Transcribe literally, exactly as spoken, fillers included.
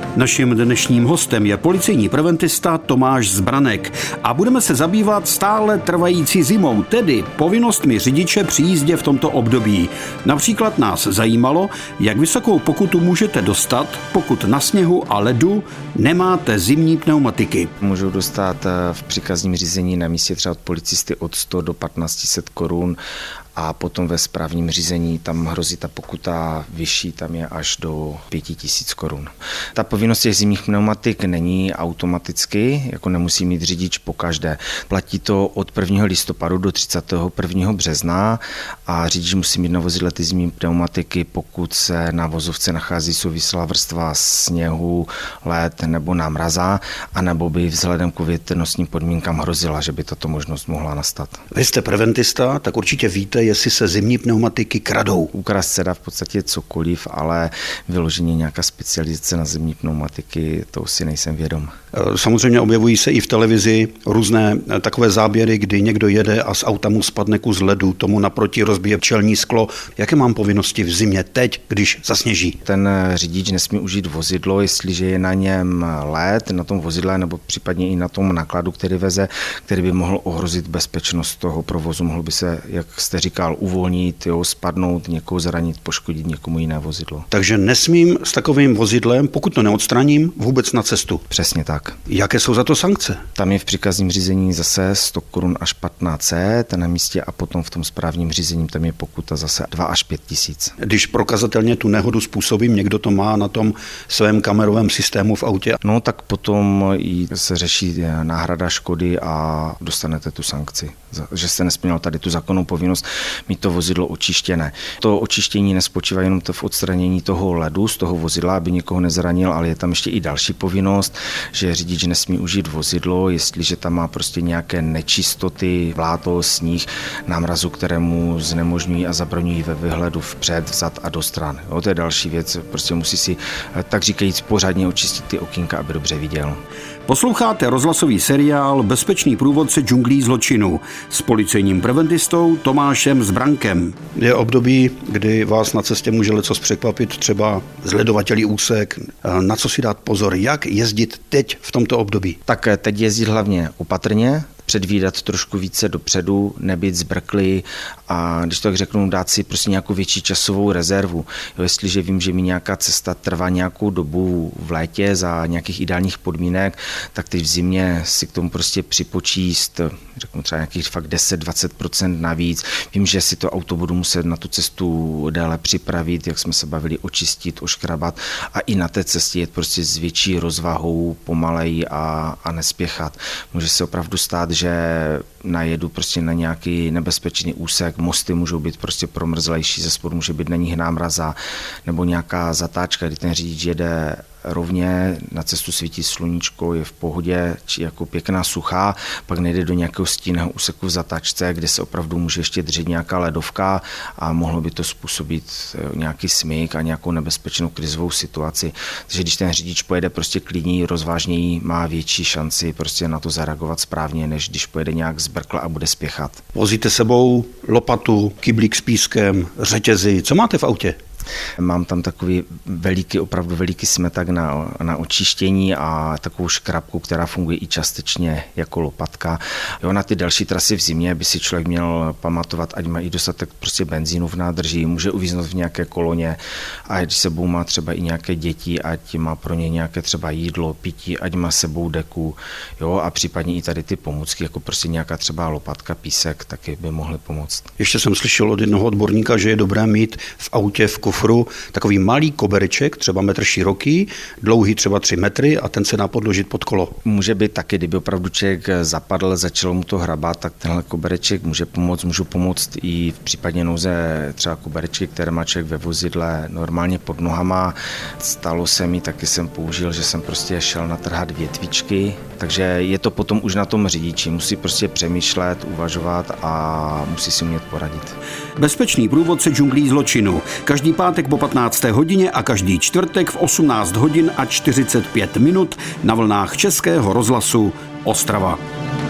Naším dnešním hostem je policejní preventista Tomáš Zbranek a budeme se zabývat stále trvající zimou, tedy povinnostmi řidiče při jízdě v tomto období. Například nás zajímalo, jak vysokou pokutu můžete dostat, pokud na sněhu a ledu nemáte zimní pneumatiky. Můžou dostat v příkazním řízení na místě třeba od policisty od sto do patnáct set korun a potom ve správním řízení tam hrozí ta pokuta vyšší, tam je až do pět tisíc korun. Ta povinnost těch zimních pneumatik není automaticky, jako nemusí mít řidič pokaždé. Platí to od prvního listopadu do třicátého prvního března a řidič musí mít na vozidle ty zimní pneumatiky, pokud se na vozovce nachází souvislá vrstva sněhu, led nebo námraza, anebo by vzhledem k větrnostním podmínkám hrozila, že by tato možnost mohla nastat. Vy jste preventista, tak určitě víte, jestli se zimní pneumatiky kradou. Ukrást se dá v podstatě cokoliv, ale vyloženě nějaká specializace na zimní pneumatiky, to si nejsem vědom. Samozřejmě objevují se i v televizi různé takové záběry, kdy někdo jede a z auta mu spadne kus ledu, tomu naproti rozbije čelní sklo. Jaké mám povinnosti v zimě teď, když zasněží? Ten řidič nesmí užít vozidlo, jestliže je na něm led, na tom vozidle nebo případně i na tom nákladu, který veze, který by mohl ohrozit bezpečnost toho provozu. Mohl by se, jak jste říkal, uvolnit, jo, spadnout, někoho zranit, poškodit někomu jiné vozidlo. Takže nesmím s takovým vozidlem, pokud to neodstraním, vůbec na cestu. Přesně tak. Jaké jsou za to sankce? Tam je v příkazním řízení zase sto korun až patnáct set na místě a potom v tom správním řízení tam je pokuta zase dva až pět tisíc. Když prokazatelně tu nehodu způsobím, někdo to má na tom svém kamerovém systému v autě. No tak potom i se řeší náhrada škody a dostanete tu sankci, že jste nesplnil tady tu zákonnou povinnost mít to vozidlo očištěné. To očištění nespočívá jenom v odstranění toho ledu z toho vozidla, aby nikoho nezranil, ale je tam ještě i další povinnost, že řidič nesmí užít vozidlo, jestliže tam má prostě nějaké nečistoty, bláto, sníh, námrazu, kterému znemožňují a zabraňují ve vyhledu vpřed, vzad a do stran. Jo, to je další věc, prostě musí si, tak říkajíc, pořádně očistit ty okýnka, aby dobře viděl. Posloucháte rozhlasový seriál Bezpečný průvodce džunglí zločinu s policejním preventistou Tomášem Zbrankem. Je období, kdy vás na cestě může lecos překvapit, třeba zledovatělý úsek. Na co si dát pozor, jak jezdit teď v tomto období? Tak teď jezdit hlavně opatrně, předvídat trošku více dopředu, nebýt zbrklý a když to tak řeknu, dát si prostě nějakou větší časovou rezervu. Jo, jestliže vím, že mi nějaká cesta trvá nějakou dobu v létě za nějakých ideálních podmínek, tak teď v zimě si k tomu prostě připočíst, řeknu třeba nějakých fakt deset až dvacet procent navíc. Vím, že si to auto budu muset na tu cestu déle připravit, jak jsme se bavili, očistit, oškrabat a i na té cestě jet prostě s větší rozvahou, pomaleji a, a nespěchat. Může se opravdu stát, že najedu prostě na nějaký nebezpečný úsek, mosty můžou být prostě promrzlejší, ze spodu může být na nich námraza nebo nějaká zatáčka, kdy ten řidič jede rovně, na cestu svítí sluníčko, je v pohodě, či jako pěkná suchá, pak nejde do nějakého stínného úseku v zatáčce, kde se opravdu může ještě držet nějaká ledovka a mohlo by to způsobit nějaký smyk a nějakou nebezpečnou krizovou situaci. Takže když ten řidič pojede prostě klidněji, rozvážněji, má větší šanci prostě na to zareagovat správně, než když pojede nějak zbrkle a bude spěchat. Vozíte sebou lopatu, kyblík s pískem, řetězy. Co máte v autě? Mám tam takový veliký, opravdu veliký smetak na, na očištění a takovou škrabku, která funguje i částečně jako lopatka. Jo, na ty další trasy v zimě by si člověk měl pamatovat, ať má i dostatek prostě benzínu v nádrži, může uvíznout v nějaké koloně a když sebou má třeba i nějaké děti, ať má pro ně nějaké třeba jídlo, pití, ať má sebou deku, jo, a případně i tady ty pomůcky, jako prostě nějaká třeba lopatka, písek, taky by mohly pomoct. Ještě jsem slyšel od jednoho odborníka, že je dobré mít v autě v kufru takový malý kobereček, třeba metr široký, dlouhý třeba tři metry a ten se dá podložit pod kolo. Může být taky, kdyby opravdu člověk zapadl, začalo mu to hrabat, tak tenhle kobereček může pomoct, můžu pomoct i v případě nouze třeba koberečky, které má člověk ve vozidle normálně pod nohama. Stalo se mi, taky jsem použil, že jsem prostě šel natrhat větvičky, takže je to potom už na tom řidiči, musí prostě přemýšlet, uvažovat a musí si umět poradit. Bezpečný průvodce džunglí zločinu. Každý pátek po patnácté hodině a každý čtvrtek v osmnáct hodin a čtyřicet pět minut na vlnách Českého rozhlasu Ostrava.